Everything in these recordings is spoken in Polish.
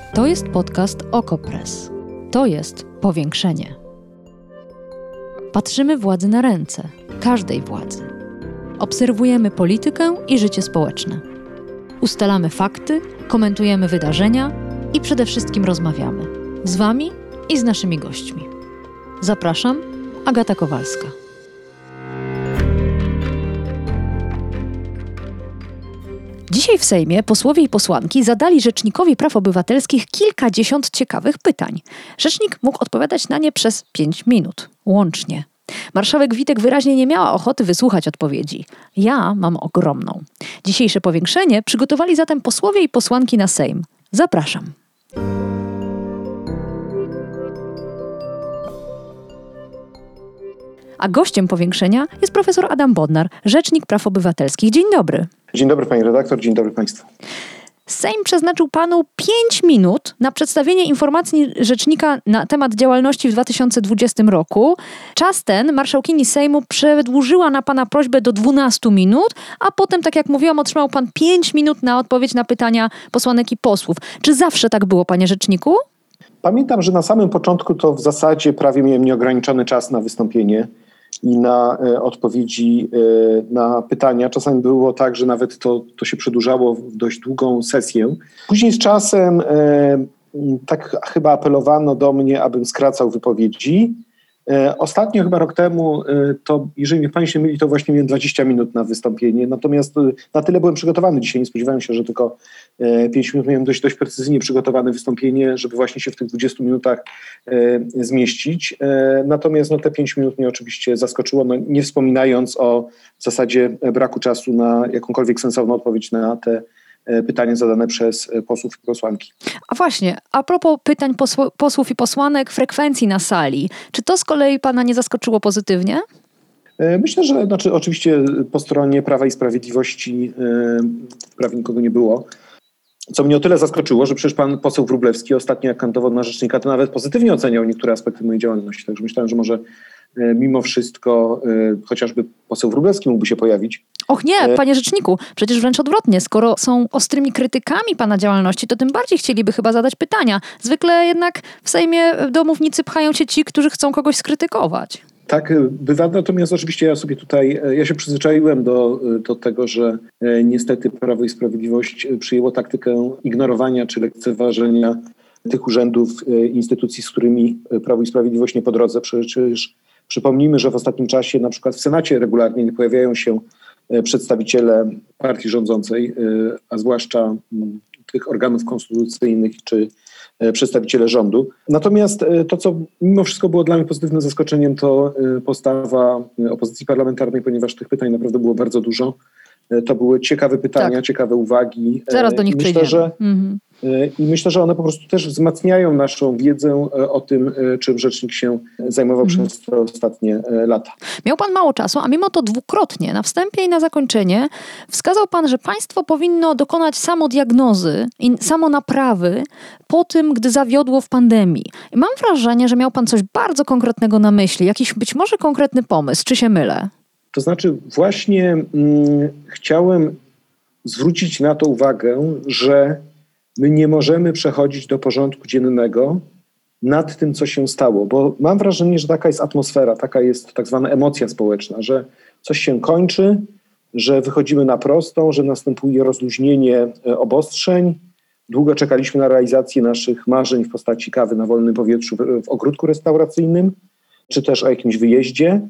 To jest podcast Okopres. To jest powiększenie. Patrzymy władzy na ręce, każdej władzy. Obserwujemy politykę i życie społeczne. Ustalamy fakty, komentujemy wydarzenia i przede wszystkim rozmawiamy. Z Wami i z naszymi gośćmi. Zapraszam, Agata Kowalska. Dzisiaj w Sejmie posłowie i posłanki zadali Rzecznikowi Praw Obywatelskich kilkadziesiąt ciekawych pytań. Rzecznik mógł odpowiadać na nie przez 5 minut, łącznie. Marszałek Witek wyraźnie nie miała ochoty wysłuchać odpowiedzi. Ja mam ogromną. Dzisiejsze powiększenie przygotowali zatem posłowie i posłanki na Sejm. Zapraszam. A gościem powiększenia jest profesor Adam Bodnar, Rzecznik Praw Obywatelskich. Dzień dobry. Dzień dobry pani redaktor, dzień dobry państwu. Sejm przeznaczył panu 5 minut na przedstawienie informacji rzecznika na temat działalności w 2020 roku. Czas ten marszałkini Sejmu przedłużyła na pana prośbę do 12 minut, a potem, tak jak mówiłam, otrzymał pan 5 minut na odpowiedź na pytania posłanek i posłów. Czy zawsze tak było, panie rzeczniku? Pamiętam, że na samym początku to w zasadzie prawie miałem nieograniczony czas na wystąpienie i na odpowiedzi na pytania. Czasami było tak, że nawet to się przedłużało w dość długą sesję. Później z czasem tak chyba apelowano do mnie, abym skracał wypowiedzi. Ostatnio, chyba rok temu, to jeżeli mnie pamięć nie myli, to właśnie miałem 20 minut na wystąpienie. Natomiast na tyle byłem przygotowany dzisiaj. Nie spodziewałem się, że tylko 5 minut. Miałem dość precyzyjnie przygotowane wystąpienie, żeby właśnie się w tych 20 minutach zmieścić. Natomiast te 5 minut mnie oczywiście zaskoczyło, nie wspominając o w zasadzie braku czasu na jakąkolwiek sensowną odpowiedź na te pytania zadane przez posłów i posłanki. A właśnie, a propos pytań posłów i posłanek, frekwencji na sali, czy to z kolei pana nie zaskoczyło pozytywnie? Myślę, że oczywiście po stronie Prawa i Sprawiedliwości prawie nikogo nie było. Co mnie o tyle zaskoczyło, że przecież pan poseł Wróblewski ostatnio jak kandydował na rzecznika, to nawet pozytywnie oceniał niektóre aspekty mojej działalności. Także myślałem, że może mimo wszystko chociażby poseł Wróblewski mógłby się pojawić. Och nie, panie rzeczniku, przecież wręcz odwrotnie. Skoro są ostrymi krytykami pana działalności, to tym bardziej chcieliby chyba zadać pytania. Zwykle jednak w Sejmie do mównicy pchają się ci, którzy chcą kogoś skrytykować. Tak, bywa, natomiast oczywiście ja się przyzwyczaiłem do tego, że niestety Prawo i Sprawiedliwość przyjęło taktykę ignorowania czy lekceważenia tych urzędów, instytucji, z którymi Prawo i Sprawiedliwość nie po drodze. Przecież przypomnijmy, że w ostatnim czasie na przykład w Senacie regularnie nie pojawiają się przedstawiciele partii rządzącej, a zwłaszcza tych organów konstytucyjnych czy przedstawiciele rządu. Natomiast to, co mimo wszystko było dla mnie pozytywnym zaskoczeniem, to postawa opozycji parlamentarnej, ponieważ tych pytań naprawdę było bardzo dużo. To były ciekawe pytania, tak. Ciekawe uwagi. Zaraz do nich przejdziemy. I myślę, że one po prostu też wzmacniają naszą wiedzę o tym, czym rzecznik się zajmował przez te ostatnie lata. Miał pan mało czasu, a mimo to dwukrotnie, na wstępie i na zakończenie, wskazał pan, że państwo powinno dokonać samodiagnozy i samonaprawy po tym, gdy zawiodło w pandemii. I mam wrażenie, że miał pan coś bardzo konkretnego na myśli, jakiś być może konkretny pomysł. Czy się mylę? To znaczy właśnie chciałem zwrócić na to uwagę, że my nie możemy przechodzić do porządku dziennego nad tym, co się stało, bo mam wrażenie, że taka jest atmosfera, taka jest tak zwana emocja społeczna, że coś się kończy, że wychodzimy na prostą, że następuje rozluźnienie obostrzeń. Długo czekaliśmy na realizację naszych marzeń w postaci kawy na wolnym powietrzu w ogródku restauracyjnym, czy też o jakimś wyjeździe.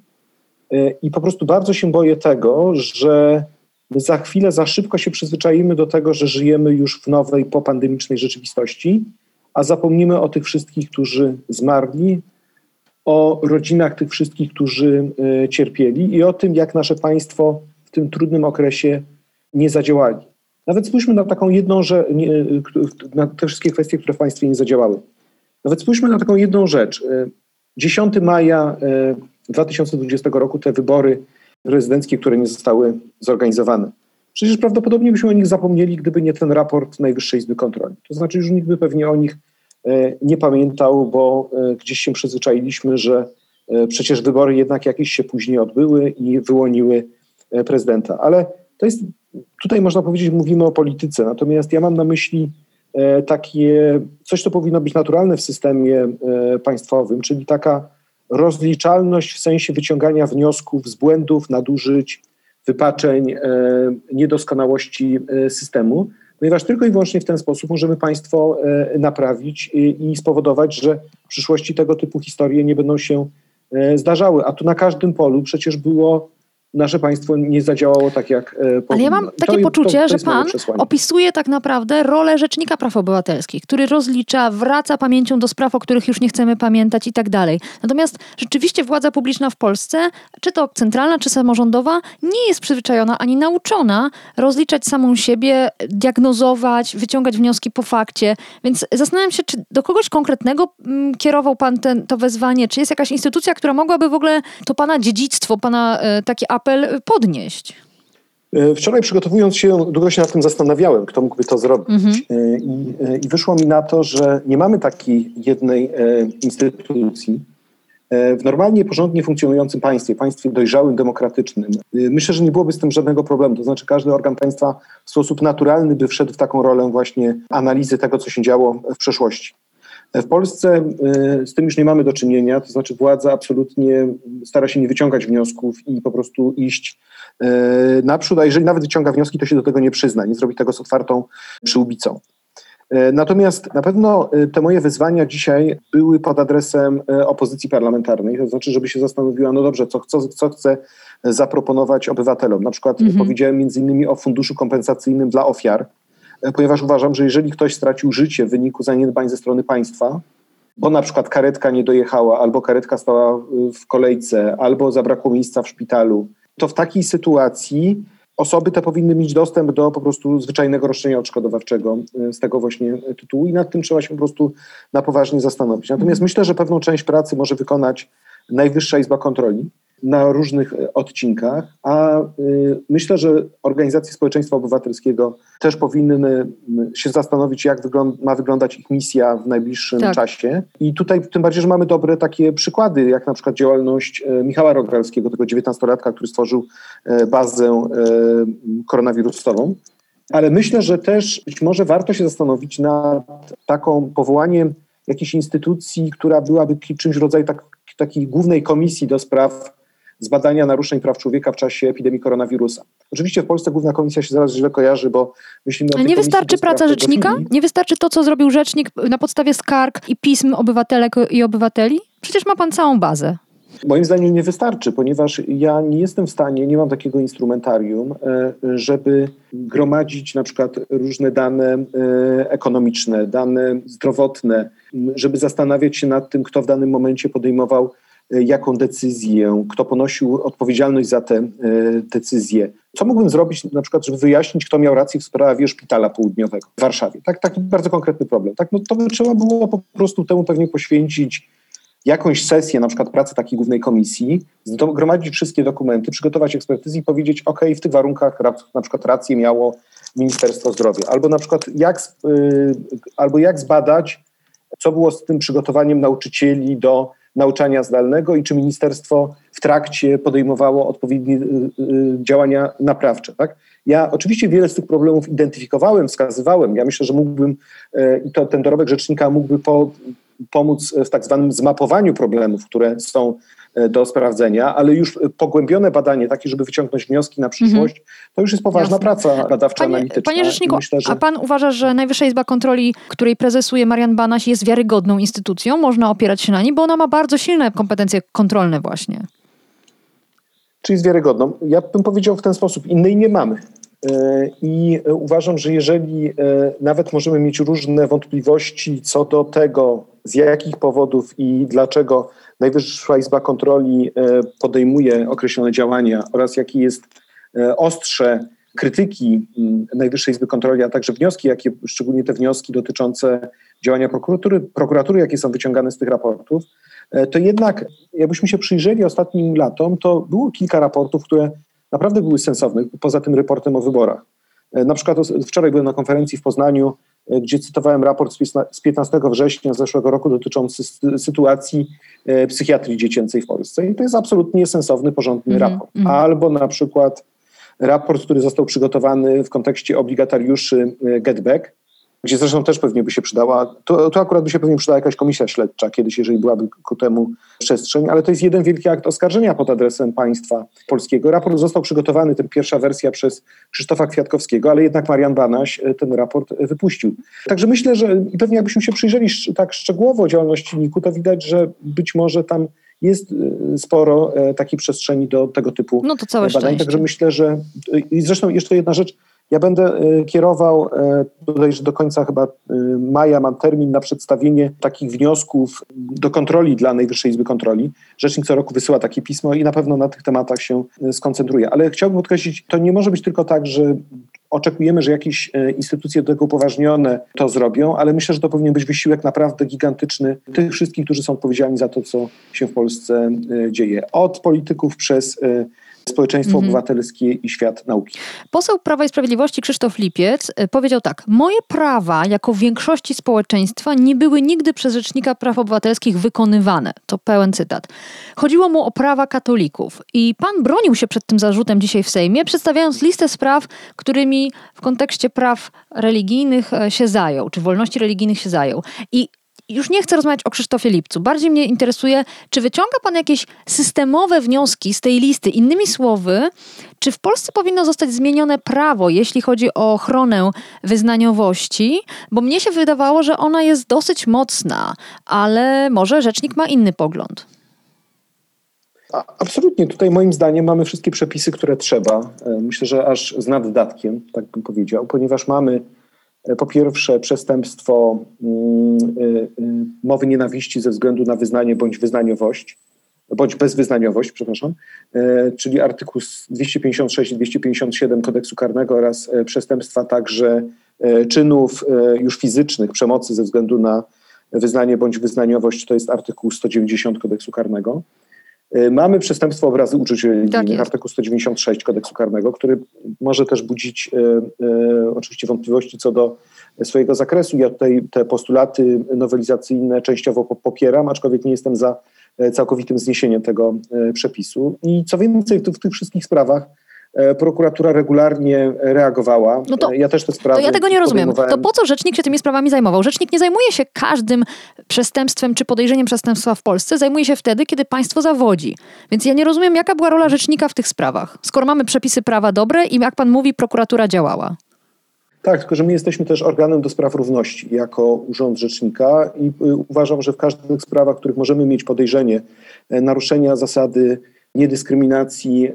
I po prostu bardzo się boję tego, że my za chwilę, za szybko się przyzwyczaimy do tego, że żyjemy już w nowej, popandemicznej rzeczywistości, a zapomnimy o tych wszystkich, którzy zmarli, o rodzinach tych wszystkich, którzy cierpieli i o tym, jak nasze państwo w tym trudnym okresie nie zadziałali. Nawet spójrzmy na taką jedną rzecz, na te wszystkie kwestie, które w państwie nie zadziałały. Nawet spójrzmy na taką jedną rzecz. 10 maja 2020 roku te wybory prezydenckie, które nie zostały zorganizowane. Przecież prawdopodobnie byśmy o nich zapomnieli, gdyby nie ten raport Najwyższej Izby Kontroli. To znaczy już nikt by pewnie o nich nie pamiętał, bo gdzieś się przyzwyczailiśmy, że przecież wybory jednak jakieś się później odbyły i wyłoniły prezydenta. Ale to jest, tutaj można powiedzieć, mówimy o polityce, natomiast ja mam na myśli takie coś, co powinno być naturalne w systemie państwowym, czyli taka rozliczalność w sensie wyciągania wniosków z błędów, nadużyć, wypaczeń, niedoskonałości systemu, ponieważ tylko i wyłącznie w ten sposób możemy państwo naprawić i spowodować, że w przyszłości tego typu historie nie będą się zdarzały. A tu na każdym polu przecież nasze państwo nie zadziałało tak, jak powinno. Ale ja mam takie poczucie, że pan przesłanie. opisuje tak naprawdę rolę Rzecznika Praw Obywatelskich, który rozlicza, wraca pamięcią do spraw, o których już nie chcemy pamiętać i tak dalej. Natomiast rzeczywiście władza publiczna w Polsce, czy to centralna, czy samorządowa, nie jest przyzwyczajona ani nauczona rozliczać samą siebie, diagnozować, wyciągać wnioski po fakcie. Więc zastanawiam się, czy do kogoś konkretnego kierował pan to wezwanie, czy jest jakaś instytucja, która mogłaby w ogóle to pana dziedzictwo, pana taki apel podnieść? Wczoraj przygotowując się, długo się nad tym zastanawiałem, kto mógłby to zrobić. I wyszło mi na to, że nie mamy takiej jednej instytucji. W normalnie porządnie funkcjonującym państwie dojrzałym, demokratycznym, myślę, że nie byłoby z tym żadnego problemu. To znaczy każdy organ państwa w sposób naturalny by wszedł w taką rolę właśnie analizy tego, co się działo w przeszłości. W Polsce z tym już nie mamy do czynienia, to znaczy władza absolutnie stara się nie wyciągać wniosków i po prostu iść naprzód, a jeżeli nawet wyciąga wnioski, to się do tego nie przyzna, nie zrobi tego z otwartą przyłbicą. Natomiast na pewno te moje wyzwania dzisiaj były pod adresem opozycji parlamentarnej, to znaczy, żeby się zastanowiła, no dobrze, co chce zaproponować obywatelom. Na przykład powiedziałem między innymi o funduszu kompensacyjnym dla ofiar, ponieważ uważam, że jeżeli ktoś stracił życie w wyniku zaniedbań ze strony państwa, bo na przykład karetka nie dojechała, albo karetka stała w kolejce, albo zabrakło miejsca w szpitalu, to w takiej sytuacji osoby te powinny mieć dostęp do po prostu zwyczajnego roszczenia odszkodowawczego z tego właśnie tytułu i nad tym trzeba się po prostu na poważnie zastanowić. Natomiast myślę, że pewną część pracy może wykonać Najwyższa Izba Kontroli na różnych odcinkach, a myślę, że organizacje społeczeństwa obywatelskiego też powinny się zastanowić, jak ma wyglądać ich misja w najbliższym czasie. I tutaj tym bardziej, że mamy dobre takie przykłady, jak na przykład działalność Michała Rogalskiego, tego 19-latka, który stworzył bazę koronawirusową. Ale myślę, że też być może warto się zastanowić nad powołaniem jakiejś instytucji, która byłaby czymś w rodzaju takiej głównej komisji do spraw zbadania naruszeń praw człowieka w czasie epidemii koronawirusa. Oczywiście w Polsce Główna Komisja się zaraz źle kojarzy, bo myślimy o tej nie wystarczy praca rzecznika? Nie wystarczy to, co zrobił rzecznik na podstawie skarg i pism obywatelek i obywateli? Przecież ma pan całą bazę. Moim zdaniem nie wystarczy, ponieważ ja nie jestem w stanie, nie mam takiego instrumentarium, żeby gromadzić na przykład różne dane ekonomiczne, dane zdrowotne, żeby zastanawiać się nad tym, kto w danym momencie podejmował jaką decyzję, kto ponosił odpowiedzialność za tę decyzję. Co mógłbym zrobić na przykład, żeby wyjaśnić, kto miał rację w sprawie szpitala południowego w Warszawie? Taki bardzo konkretny problem. To by trzeba było po prostu temu pewnie poświęcić jakąś sesję, na przykład pracy takiej głównej komisji, zgromadzić wszystkie dokumenty, przygotować ekspertyzy i powiedzieć, w tych warunkach na przykład rację miało Ministerstwo Zdrowia. Albo na przykład jak zbadać, co było z tym przygotowaniem nauczycieli do nauczania zdalnego i czy ministerstwo w trakcie podejmowało odpowiednie działania naprawcze. Tak? Ja oczywiście wiele z tych problemów identyfikowałem, wskazywałem. Ja myślę, że mógłbym, i ten dorobek rzecznika mógłby pomóc w tak zwanym zmapowaniu problemów, które są do sprawdzenia, ale już pogłębione badanie, takie, żeby wyciągnąć wnioski na przyszłość, to już jest poważna praca badawcza, analityczna. Panie rzeczniku, myślę, a pan uważa, że Najwyższa Izba Kontroli, której prezesuje Marian Banaś, jest wiarygodną instytucją? Można opierać się na niej, bo ona ma bardzo silne kompetencje kontrolne właśnie. Czy jest wiarygodną? Ja bym powiedział w ten sposób, innej nie mamy. I uważam, że jeżeli nawet możemy mieć różne wątpliwości co do tego, z jakich powodów i dlaczego Najwyższa Izba Kontroli podejmuje określone działania oraz jakie jest ostrze krytyki Najwyższej Izby Kontroli, a także wnioski, szczególnie te wnioski dotyczące działania prokuratury, jakie są wyciągane z tych raportów, to jednak jakbyśmy się przyjrzeli ostatnim latom, to było kilka raportów, które naprawdę były sensowne, poza tym raportem o wyborach. Na przykład wczoraj byłem na konferencji w Poznaniu, gdzie cytowałem raport z 15 września zeszłego roku dotyczący sytuacji psychiatrii dziecięcej w Polsce. I to jest absolutnie sensowny, porządny raport. Albo na przykład raport, który został przygotowany w kontekście obligatariuszy GetBack, gdzie zresztą też pewnie by się przydała, to akurat by się pewnie przydała jakaś komisja śledcza kiedyś, jeżeli byłaby ku temu przestrzeń, ale to jest jeden wielki akt oskarżenia pod adresem państwa polskiego. Raport został przygotowany, ten pierwsza wersja przez Krzysztofa Kwiatkowskiego, ale jednak Marian Banaś ten raport wypuścił. Także myślę, że i pewnie jakbyśmy się przyjrzeli tak szczegółowo działalności NIK-u, to widać, że być może tam jest sporo takiej przestrzeni do tego typu no to całe badań. szczęście. Także myślę, że i zresztą jeszcze jedna rzecz, ja będę kierował, tutaj, że do końca chyba maja mam termin na przedstawienie takich wniosków do kontroli dla Najwyższej Izby Kontroli. Rzecznik co roku wysyła takie pismo i na pewno na tych tematach się skoncentruje. Ale chciałbym podkreślić, to nie może być tylko tak, że oczekujemy, że jakieś instytucje do tego upoważnione to zrobią, ale myślę, że to powinien być wysiłek naprawdę gigantyczny tych wszystkich, którzy są odpowiedzialni za to, co się w Polsce dzieje. Od polityków przez społeczeństwo obywatelskie i świat nauki. Poseł Prawa i Sprawiedliwości Krzysztof Lipiec powiedział tak: moje prawa jako większości społeczeństwa nie były nigdy przez Rzecznika Praw Obywatelskich wykonywane. To pełen cytat. Chodziło mu o prawa katolików i pan bronił się przed tym zarzutem dzisiaj w Sejmie, przedstawiając listę spraw, którymi w kontekście praw religijnych się zajął, czy wolności religijnych się zajął. I już nie chcę rozmawiać o Krzysztofie Lipcu. Bardziej mnie interesuje, czy wyciąga pan jakieś systemowe wnioski z tej listy? Innymi słowy, czy w Polsce powinno zostać zmienione prawo, jeśli chodzi o ochronę wyznaniowości? Bo mnie się wydawało, że ona jest dosyć mocna, ale może rzecznik ma inny pogląd. Absolutnie. Tutaj moim zdaniem mamy wszystkie przepisy, które trzeba. Myślę, że aż z naddatkiem, tak bym powiedział, ponieważ mamy po pierwsze przestępstwo mowy nienawiści ze względu na wyznanie bądź wyznaniowość, bądź bezwyznaniowość, przepraszam, czyli artykuł 256 i 257 Kodeksu Karnego oraz przestępstwa także czynów już fizycznych, przemocy ze względu na wyznanie bądź wyznaniowość, to jest artykuł 190 Kodeksu Karnego. Mamy przestępstwo obrazy uczuć religijnych, artykuł 196 Kodeksu Karnego, który może też budzić oczywiście wątpliwości co do swojego zakresu. Ja tutaj te postulaty nowelizacyjne częściowo popieram, aczkolwiek nie jestem za całkowitym zniesieniem tego przepisu. I co więcej, w tych wszystkich sprawach prokuratura regularnie reagowała. Ja też te sprawy to ja tego nie rozumiem. To po co rzecznik się tymi sprawami zajmował? Rzecznik nie zajmuje się każdym przestępstwem czy podejrzeniem przestępstwa w Polsce. Zajmuje się wtedy, kiedy państwo zawodzi. Więc ja nie rozumiem, jaka była rola rzecznika w tych sprawach. Skoro mamy przepisy prawa dobre i jak pan mówi, prokuratura działała. Tak, tylko że my jesteśmy też organem do spraw równości jako urząd rzecznika i uważam, że w każdych sprawach, w których możemy mieć podejrzenie naruszenia zasady niedyskryminacji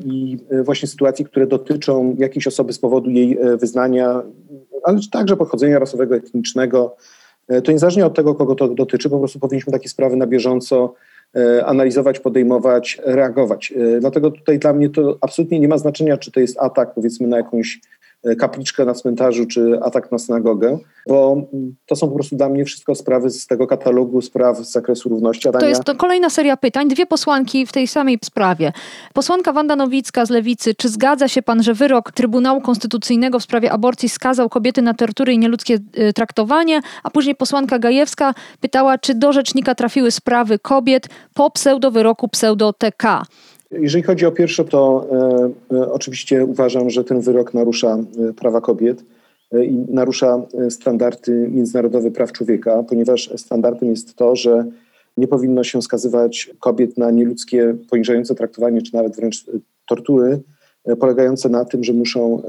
i właśnie sytuacji, które dotyczą jakiejś osoby z powodu jej wyznania, ale także pochodzenia rasowego, etnicznego, to niezależnie od tego, kogo to dotyczy, po prostu powinniśmy takie sprawy na bieżąco analizować, podejmować, reagować. Dlatego tutaj dla mnie to absolutnie nie ma znaczenia, czy to jest atak, powiedzmy, na jakąś kapliczkę na cmentarzu, czy atak na synagogę, bo to są po prostu dla mnie wszystko sprawy z tego katalogu spraw z zakresu równości. To jest kolejna seria pytań. Dwie posłanki w tej samej sprawie. Posłanka Wanda Nowicka z Lewicy. Czy zgadza się pan, że wyrok Trybunału Konstytucyjnego w sprawie aborcji skazał kobiety na tortury i nieludzkie traktowanie? A później posłanka Gajewska pytała, czy do rzecznika trafiły sprawy kobiet po pseudowyroku pseudo-TK. Jeżeli chodzi o pierwsze, to oczywiście uważam, że ten wyrok narusza prawa kobiet i narusza standardy międzynarodowe praw człowieka, ponieważ standardem jest to, że nie powinno się skazywać kobiet na nieludzkie, poniżające traktowanie, czy nawet wręcz tortury, polegające na tym, że muszą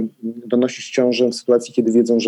donosić ciążę w sytuacji, kiedy wiedzą,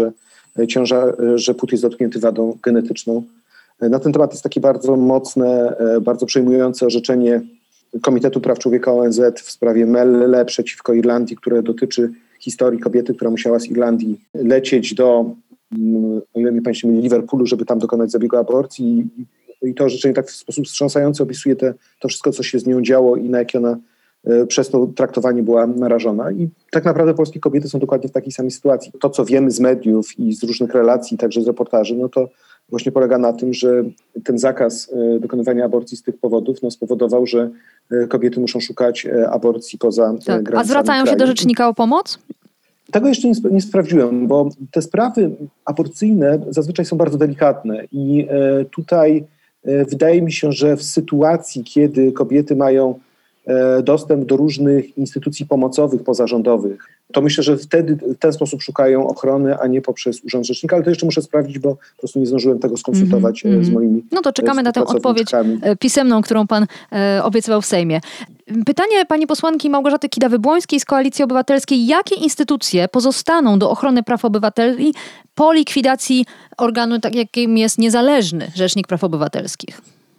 że płód jest dotknięty wadą genetyczną. Na ten temat jest takie bardzo mocne, bardzo przejmujące orzeczenie Komitetu Praw Człowieka ONZ w sprawie Melle przeciwko Irlandii, które dotyczy historii kobiety, która musiała z Irlandii lecieć do, o ile mnie pamięć myli, Liverpoolu, żeby tam dokonać zabiegu aborcji. I to orzeczenie tak w sposób wstrząsający opisuje to wszystko, co się z nią działo i na jakie ona przez to traktowanie była narażona. I tak naprawdę polskie kobiety są dokładnie w takiej samej sytuacji. To, co wiemy z mediów i z różnych relacji, także z reportaży, no to właśnie polega na tym, że ten zakaz dokonywania aborcji z tych powodów spowodował, że kobiety muszą szukać aborcji poza granicami. A zwracają się do rzecznika o pomoc? Tego jeszcze nie sprawdziłem, bo te sprawy aborcyjne zazwyczaj są bardzo delikatne i tutaj wydaje mi się, że w sytuacji, kiedy kobiety mają dostęp do różnych instytucji pomocowych, pozarządowych, to myślę, że wtedy w ten sposób szukają ochrony, a nie poprzez Urząd Rzecznika, ale to jeszcze muszę sprawdzić, bo po prostu nie zdążyłem tego skonsultować z moimi No to czekamy na tę odpowiedź pisemną, którą pan obiecywał w Sejmie. Pytanie pani posłanki Małgorzaty Kidawy-Błońskiej z Koalicji Obywatelskiej. Jakie instytucje pozostaną do ochrony praw obywateli po likwidacji organu, tak jakim jest niezależny Rzecznik Praw Obywatelskich?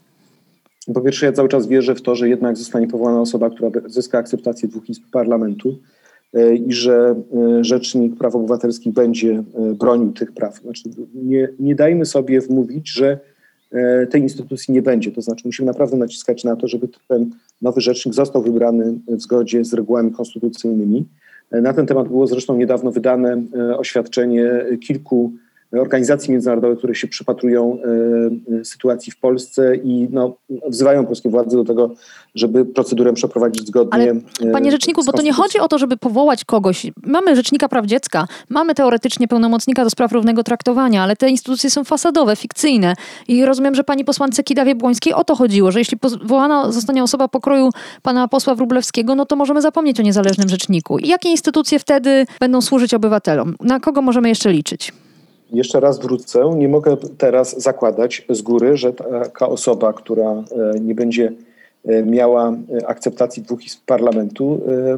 Po pierwsze, ja cały czas wierzę w to, że jednak zostanie powołana osoba, która zyska akceptację 2 izb parlamentu i że Rzecznik Praw Obywatelskich będzie bronił tych praw. Znaczy, nie dajmy sobie wmówić, że tej instytucji nie będzie. To znaczy musimy naprawdę naciskać na to, żeby ten nowy rzecznik został wybrany w zgodzie z regułami konstytucyjnymi. Na ten temat było zresztą niedawno wydane oświadczenie kilku organizacji międzynarodowych, które się przypatrują sytuacji w Polsce i wzywają polskie władze do tego, żeby procedurę przeprowadzić zgodnie. Ale panie rzeczniku, bo to nie chodzi o to, żeby powołać kogoś. Mamy Rzecznika Praw Dziecka, mamy teoretycznie pełnomocnika do spraw równego traktowania, ale te instytucje są fasadowe, fikcyjne. I rozumiem, że pani posłance Kidawie-Błońskiej o to chodziło, że jeśli powołana zostanie osoba pokroju pana posła Wróblewskiego, no to możemy zapomnieć o niezależnym rzeczniku. I jakie instytucje wtedy będą służyć obywatelom? Na kogo możemy jeszcze liczyć? Jeszcze raz wrócę. Nie mogę teraz zakładać z góry, że taka osoba, która nie będzie miała akceptacji 2 izb parlamentu,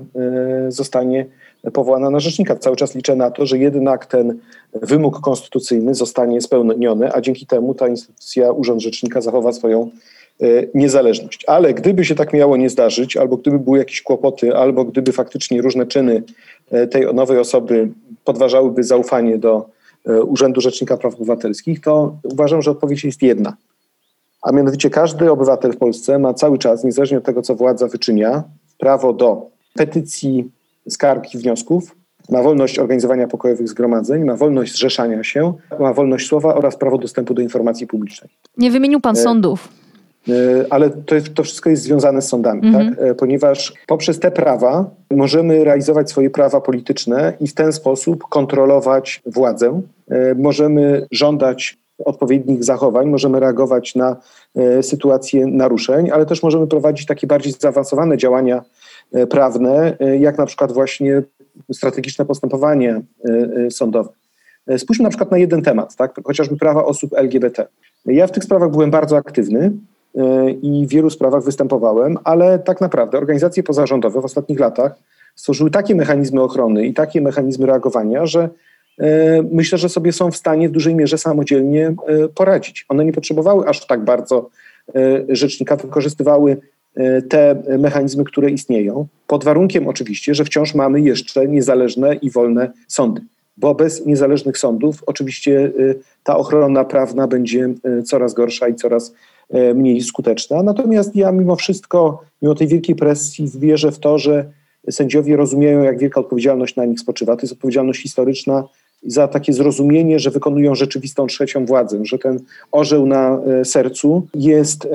zostanie powołana na rzecznika. Cały czas liczę na to, że jednak ten wymóg konstytucyjny zostanie spełniony, a dzięki temu ta instytucja, Urząd Rzecznika, zachowa swoją niezależność. Ale gdyby się tak miało nie zdarzyć, albo gdyby były jakieś kłopoty, albo gdyby faktycznie różne czyny tej nowej osoby podważałyby zaufanie do Urzędu Rzecznika Praw Obywatelskich, to uważam, że odpowiedź jest jedna. A mianowicie każdy obywatel w Polsce ma cały czas, niezależnie od tego, co władza wyczynia, prawo do petycji, skarg i wniosków, ma wolność organizowania pokojowych zgromadzeń, ma wolność zrzeszania się, ma wolność słowa oraz prawo dostępu do informacji publicznej. Nie wymienił pan sądów. Ale to wszystko jest związane z sądami, tak? Ponieważ poprzez te prawa możemy realizować swoje prawa polityczne i w ten sposób kontrolować władzę. Możemy żądać odpowiednich zachowań, możemy reagować na sytuacje naruszeń, ale też możemy prowadzić takie bardziej zaawansowane działania prawne, jak na przykład właśnie strategiczne postępowanie sądowe. Spójrzmy na przykład na jeden temat, tak? Chociażby prawa osób LGBT. Ja w tych sprawach byłem bardzo aktywny i w wielu sprawach występowałem, ale tak naprawdę organizacje pozarządowe w ostatnich latach stworzyły takie mechanizmy ochrony i takie mechanizmy reagowania, że myślę, że sobie są w stanie w dużej mierze samodzielnie poradzić. One nie potrzebowały aż tak bardzo rzecznika, wykorzystywały te mechanizmy, które istnieją, pod warunkiem oczywiście, że wciąż mamy jeszcze niezależne i wolne sądy. Bo bez niezależnych sądów oczywiście ta ochrona prawna będzie coraz gorsza i coraz mniej skuteczna. Natomiast ja mimo wszystko, mimo tej wielkiej presji wierzę w to, że sędziowie rozumieją, jak wielka odpowiedzialność na nich spoczywa. To jest odpowiedzialność historyczna za takie zrozumienie, że wykonują rzeczywistą trzecią władzę, że ten orzeł na sercu jest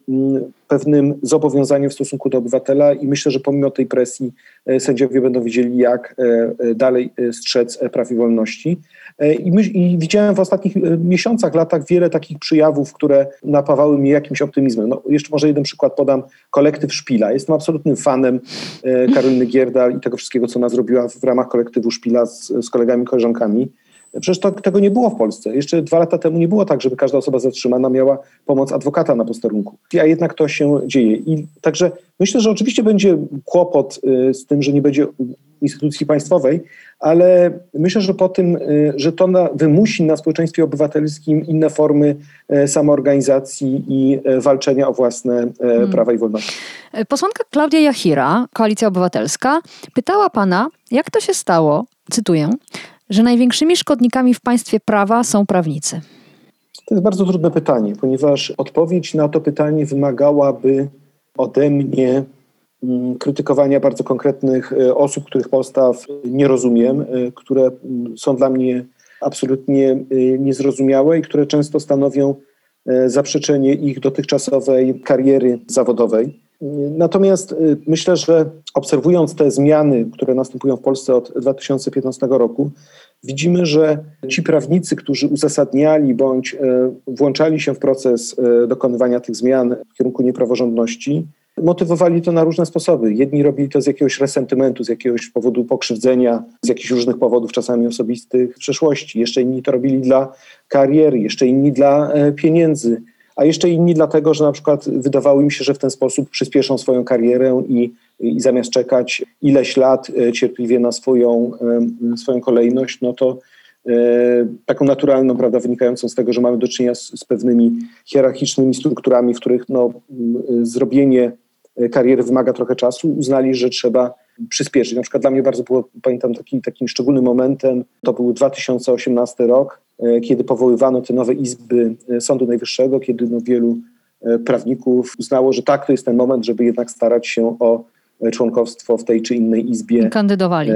pewnym zobowiązaniem w stosunku do obywatela i myślę, że pomimo tej presji sędziowie będą wiedzieli, jak dalej strzec praw i wolności. I widziałem w ostatnich miesiącach, latach wiele takich przyjawów, które napawały mnie jakimś optymizmem. No, jeszcze może jeden przykład podam. Kolektyw Szpila. Jestem absolutnym fanem Karoliny Gierdal i tego wszystkiego, co ona zrobiła w ramach kolektywu Szpila z kolegami, koleżankami. Przecież tego nie było w Polsce. Jeszcze 2 lata temu nie było tak, żeby każda osoba zatrzymana miała pomoc adwokata na posterunku. A jednak to się dzieje. I także myślę, że oczywiście będzie kłopot z tym, że nie będzie instytucji państwowej, ale myślę, że po tym, że to wymusi na społeczeństwie obywatelskim inne formy samoorganizacji i walczenia o własne prawa i wolności. Posłanka Klaudia Jachira, Koalicja Obywatelska, pytała pana, jak to się stało, cytuję, że największymi szkodnikami w państwie prawa są prawnicy? To jest bardzo trudne pytanie, ponieważ odpowiedź na to pytanie wymagałaby ode mnie krytykowania bardzo konkretnych osób, których postaw nie rozumiem, które są dla mnie absolutnie niezrozumiałe i które często stanowią zaprzeczenie ich dotychczasowej kariery zawodowej. Natomiast myślę, że obserwując te zmiany, które następują w Polsce od 2015 roku, widzimy, że ci prawnicy, którzy uzasadniali bądź włączali się w proces dokonywania tych zmian w kierunku niepraworządności, motywowali to na różne sposoby. Jedni robili to z jakiegoś resentymentu, z jakiegoś powodu pokrzywdzenia, z jakichś różnych powodów, czasami osobistych w przeszłości. Jeszcze inni to robili dla kariery, jeszcze inni dla pieniędzy, a jeszcze inni dlatego, że na przykład wydawało im się, że w ten sposób przyspieszą swoją karierę i zamiast czekać ileś lat cierpliwie na swoją kolejność, no to taką naturalną, prawda, wynikającą z tego, że mamy do czynienia z pewnymi hierarchicznymi strukturami, w których zrobienie kariery wymaga trochę czasu, uznali, że trzeba przyspieszyć. Na przykład dla mnie bardzo było, pamiętam, takim szczególnym momentem, to był 2018 rok, kiedy powoływano te nowe izby Sądu Najwyższego, kiedy wielu prawników uznało, że tak, to jest ten moment, żeby jednak starać się o członkowstwo w tej czy innej izbie. I kandydowali.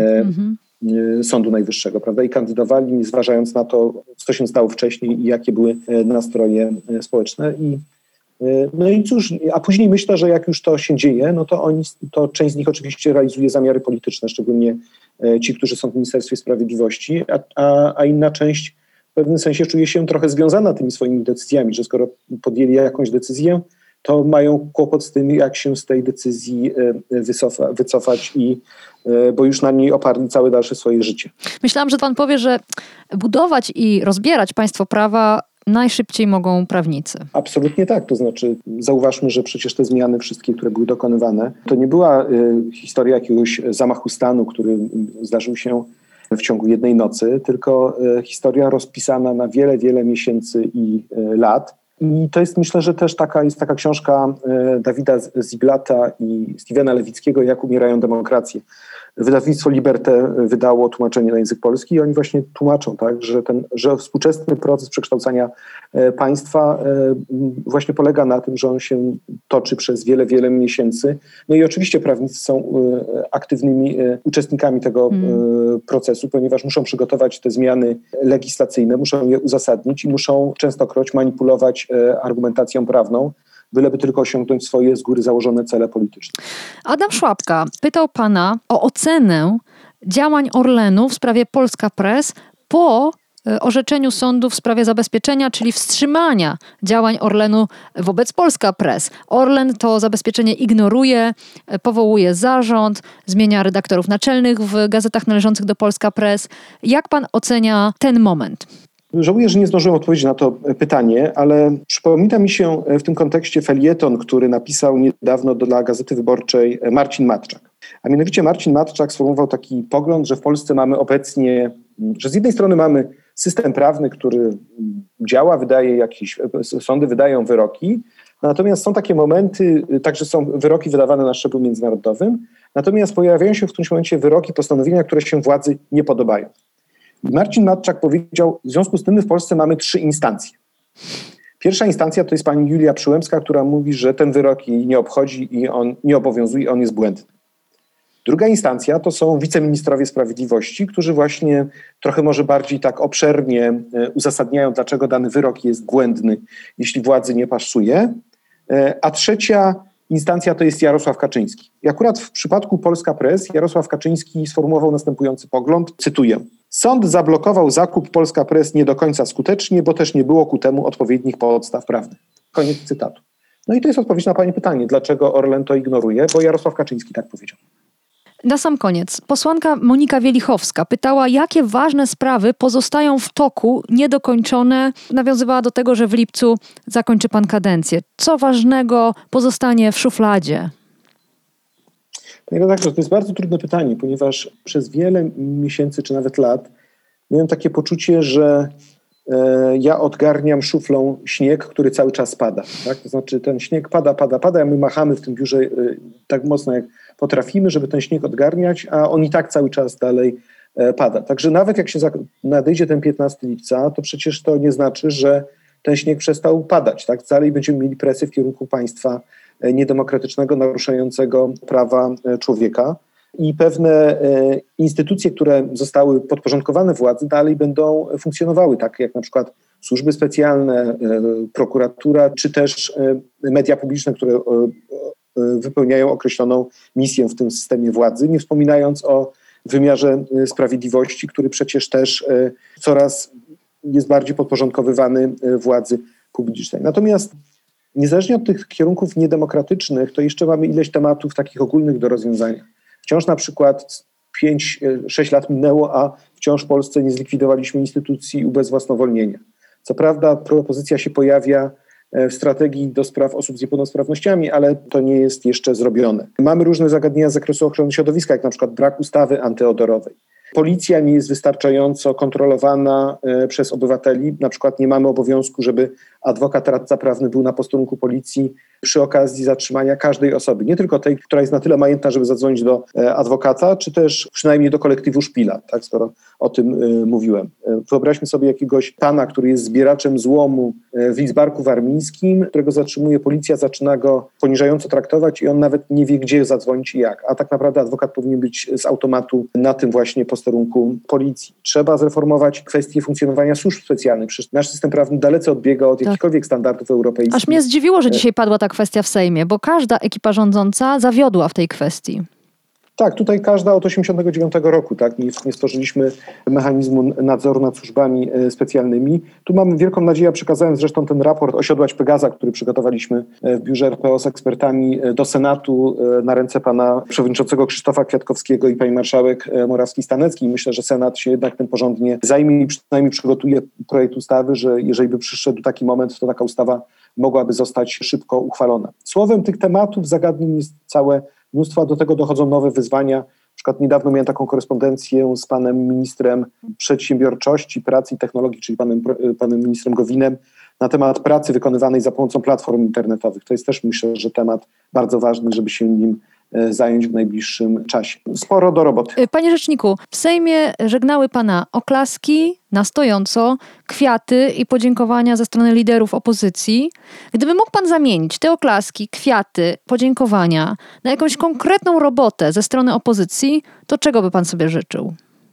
Sądu Najwyższego, prawda? I kandydowali, nie zważając na to, co się stało wcześniej i jakie były nastroje społeczne. No i cóż, a później myślę, że jak już to się dzieje, no to część z nich oczywiście realizuje zamiary polityczne, szczególnie ci, którzy są w Ministerstwie Sprawiedliwości, a inna część w pewnym sensie czuje się trochę związana tymi swoimi decyzjami, że skoro podjęli jakąś decyzję, to mają kłopot z tym, jak się z tej decyzji wycofać, bo już na niej oparli całe dalsze swoje życie. Myślałam, że pan powie, że budować i rozbierać państwo prawa najszybciej mogą prawnicy. Absolutnie tak. To znaczy zauważmy, że przecież te zmiany wszystkie, które były dokonywane, to nie była historia jakiegoś zamachu stanu, który zdarzył się w ciągu jednej nocy, tylko historia rozpisana na wiele, wiele miesięcy i lat. I to jest, myślę, że też jest taka książka Dawida Ziblata i Stevena Lewickiego, Jak umierają demokracje. Wydawnictwo Liberté wydało tłumaczenie na język polski i oni właśnie tłumaczą, tak, że współczesny proces przekształcania państwa właśnie polega na tym, że on się toczy przez wiele, wiele miesięcy. No i oczywiście prawnicy są aktywnymi uczestnikami tego procesu, ponieważ muszą przygotować te zmiany legislacyjne, muszą je uzasadnić i muszą częstokroć manipulować argumentacją prawną, byleby tylko osiągnąć swoje z góry założone cele polityczne. Adam Szłapka pytał pana o ocenę działań Orlenu w sprawie Polska Press po orzeczeniu sądu w sprawie zabezpieczenia, czyli wstrzymania działań Orlenu wobec Polska Press. Orlen to zabezpieczenie ignoruje, powołuje zarząd, zmienia redaktorów naczelnych w gazetach należących do Polska Press. Jak pan ocenia ten moment? Żałuję, że nie zdążyłem odpowiedzieć na to pytanie, ale przypomina mi się w tym kontekście felieton, który napisał niedawno dla Gazety Wyborczej Marcin Matczak. A mianowicie Marcin Matczak sformułował taki pogląd, że w Polsce mamy obecnie, że z jednej strony mamy system prawny, który działa, sądy wydają wyroki, natomiast są takie momenty, także są wyroki wydawane na szczeblu międzynarodowym, natomiast pojawiają się w którymś momencie wyroki, postanowienia, które się władzy nie podobają. Marcin Matczak powiedział, w związku z tym my w Polsce mamy 3 instancje. Pierwsza instancja to jest pani Julia Przyłębska, która mówi, że ten wyrok jej nie obchodzi i on nie obowiązuje, on jest błędny. Druga instancja to są wiceministrowie sprawiedliwości, którzy właśnie trochę może bardziej tak obszernie uzasadniają, dlaczego dany wyrok jest błędny, jeśli władzy nie pasuje. A trzecia instancja to jest Jarosław Kaczyński. I akurat w przypadku Polska Press Jarosław Kaczyński sformułował następujący pogląd, cytuję: Sąd zablokował zakup Polska Press nie do końca skutecznie, bo też nie było ku temu odpowiednich podstaw prawnych. Koniec cytatu. No i to jest odpowiedź na pani pytanie, dlaczego Orlen to ignoruje, bo Jarosław Kaczyński tak powiedział. Na sam koniec, posłanka Monika Wielichowska pytała, jakie ważne sprawy pozostają w toku, niedokończone. Nawiązywała do tego, że w lipcu zakończy pan kadencję. Co ważnego pozostanie w szufladzie? Panie redaktorze, to jest bardzo trudne pytanie, ponieważ przez wiele miesięcy czy nawet lat miałem takie poczucie, że ja odgarniam szuflą śnieg, który cały czas pada. Tak? To znaczy ten śnieg pada, a my machamy w tym biurze tak mocno, jak potrafimy, żeby ten śnieg odgarniać, a on i tak cały czas dalej pada. Także nawet jak się nadejdzie ten 15 lipca, to przecież to nie znaczy, że ten śnieg przestał padać. Tak? Dalej będziemy mieli presję w kierunku państwa niedemokratycznego, naruszającego prawa człowieka. I pewne instytucje, które zostały podporządkowane władzy, dalej będą funkcjonowały, tak jak na przykład służby specjalne, prokuratura, czy też media publiczne, które wypełniają określoną misję w tym systemie władzy, nie wspominając o wymiarze sprawiedliwości, który przecież też coraz jest bardziej podporządkowywany władzy publicznej. Natomiast niezależnie od tych kierunków niedemokratycznych, to jeszcze mamy ileś tematów takich ogólnych do rozwiązania. Wciąż na przykład 5-6 lat minęło, a wciąż w Polsce nie zlikwidowaliśmy instytucji ubezwłasnowolnienia. Co prawda propozycja się pojawia w strategii do spraw osób z niepełnosprawnościami, ale to nie jest jeszcze zrobione. Mamy różne zagadnienia z zakresu ochrony środowiska, jak na przykład brak ustawy antyodorowej. Policja nie jest wystarczająco kontrolowana przez obywateli. Na przykład nie mamy obowiązku, żeby adwokat, radca prawny był na posterunku policji przy okazji zatrzymania każdej osoby. Nie tylko tej, która jest na tyle majętna, żeby zadzwonić do adwokata, czy też przynajmniej do kolektywu szpila, tak, skoro o tym mówiłem. Wyobraźmy sobie jakiegoś pana, który jest zbieraczem złomu w Lidzbarku Warmińskim, którego zatrzymuje policja, zaczyna go poniżająco traktować i on nawet nie wie, gdzie zadzwonić i jak. A tak naprawdę adwokat powinien być z automatu na tym właśnie posterunku policji. Trzeba zreformować kwestię funkcjonowania służb specjalnych. Przecież nasz system prawny dalece odbiega od jakichkolwiek standardów europejskich. Aż mnie zdziwiło, że dzisiaj padła ta kwestia w Sejmie, bo każda ekipa rządząca zawiodła w tej kwestii. Tak, tutaj każda od 1989 roku, tak, nie stworzyliśmy mechanizmu nadzoru nad służbami specjalnymi. Tu mamy wielką nadzieję, przekazałem zresztą ten raport Osiodłać Pegaza, który przygotowaliśmy w biurze RPO z ekspertami do Senatu na ręce pana przewodniczącego Krzysztofa Kwiatkowskiego i pani marszałek Morawskiej-Staneckiej. Myślę, że Senat się jednak tym porządnie zajmie i przynajmniej przygotuje projekt ustawy, że jeżeli by przyszedł taki moment, to taka ustawa mogłaby zostać szybko uchwalona. Słowem, tych tematów, zagadnień jest całe mnóstwo, a do tego dochodzą nowe wyzwania. Na przykład niedawno miałem taką korespondencję z panem ministrem przedsiębiorczości, pracy i technologii, czyli panem ministrem Gowinem, na temat pracy wykonywanej za pomocą platform internetowych. To jest też, myślę, że temat bardzo ważny, żeby się nim zająć w najbliższym czasie. Sporo do roboty. Panie rzeczniku, w Sejmie żegnały pana oklaski na stojąco, kwiaty i podziękowania ze strony liderów opozycji. Gdyby mógł pan zamienić te oklaski, kwiaty, podziękowania na jakąś konkretną robotę ze strony opozycji, to czego by pan sobie życzył?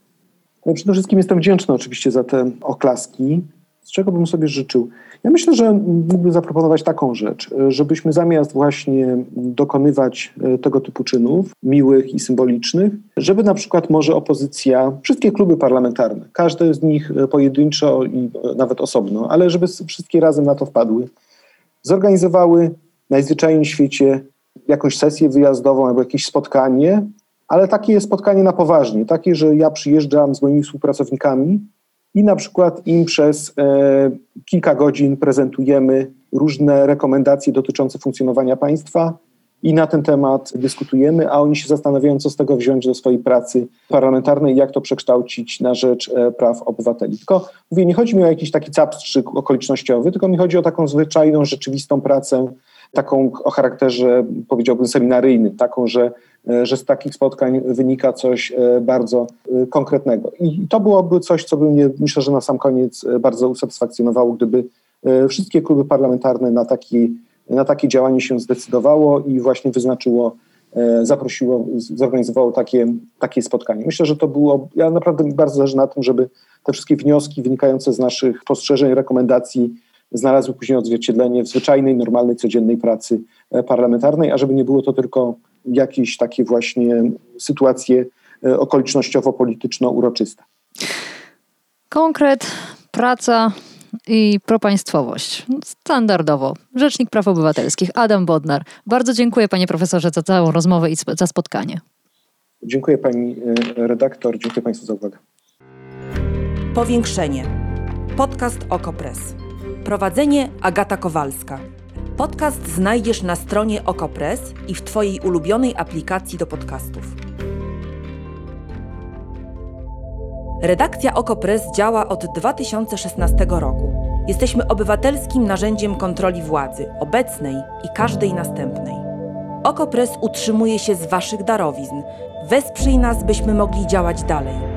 No przede wszystkim jestem wdzięczny oczywiście za te oklaski. Z czego bym sobie życzył? Ja myślę, że mógłbym zaproponować taką rzecz, żebyśmy zamiast właśnie dokonywać tego typu czynów, miłych i symbolicznych, żeby na przykład może opozycja, wszystkie kluby parlamentarne, każde z nich pojedynczo i nawet osobno, ale żeby wszystkie razem na to wpadły, zorganizowały najzwyczajniej w świecie jakąś sesję wyjazdową albo jakieś spotkanie, ale takie spotkanie na poważnie, takie, że ja przyjeżdżam z moimi współpracownikami i na przykład im przez kilka godzin prezentujemy różne rekomendacje dotyczące funkcjonowania państwa i na ten temat dyskutujemy, a oni się zastanawiają, co z tego wziąć do swojej pracy parlamentarnej i jak to przekształcić na rzecz praw obywateli. Tylko mówię, nie chodzi mi o jakiś taki capstrzyk okolicznościowy, tylko mi chodzi o taką zwyczajną, rzeczywistą pracę, taką o charakterze, powiedziałbym, seminaryjnym, taką, że z takich spotkań wynika coś bardzo konkretnego. I to byłoby coś, co by mnie, myślę, że na sam koniec bardzo usatysfakcjonowało, gdyby wszystkie kluby parlamentarne na takie działanie się zdecydowało i właśnie wyznaczyło, zaprosiło, zorganizowało takie spotkanie. Myślę, że to było, ja naprawdę mi bardzo zależy na tym, żeby te wszystkie wnioski wynikające z naszych spostrzeżeń, rekomendacji znalazły później odzwierciedlenie w zwyczajnej, normalnej, codziennej pracy parlamentarnej, a żeby nie było to tylko jakieś takie właśnie sytuacje okolicznościowo-polityczno-uroczyste. Konkret, praca i propaństwowość. Standardowo. Rzecznik Praw Obywatelskich Adam Bodnar. Bardzo dziękuję, panie profesorze, za całą rozmowę i za spotkanie. Dziękuję pani redaktor, dziękuję państwu za uwagę. Powiększenie. Podcast OKO.press. Prowadzenie Agata Kowalska. Podcast znajdziesz na stronie OKO.press i w twojej ulubionej aplikacji do podcastów. Redakcja OKO.press działa od 2016 roku. Jesteśmy obywatelskim narzędziem kontroli władzy, obecnej i każdej następnej. OKO.press utrzymuje się z waszych darowizn. Wesprzyj nas, byśmy mogli działać dalej.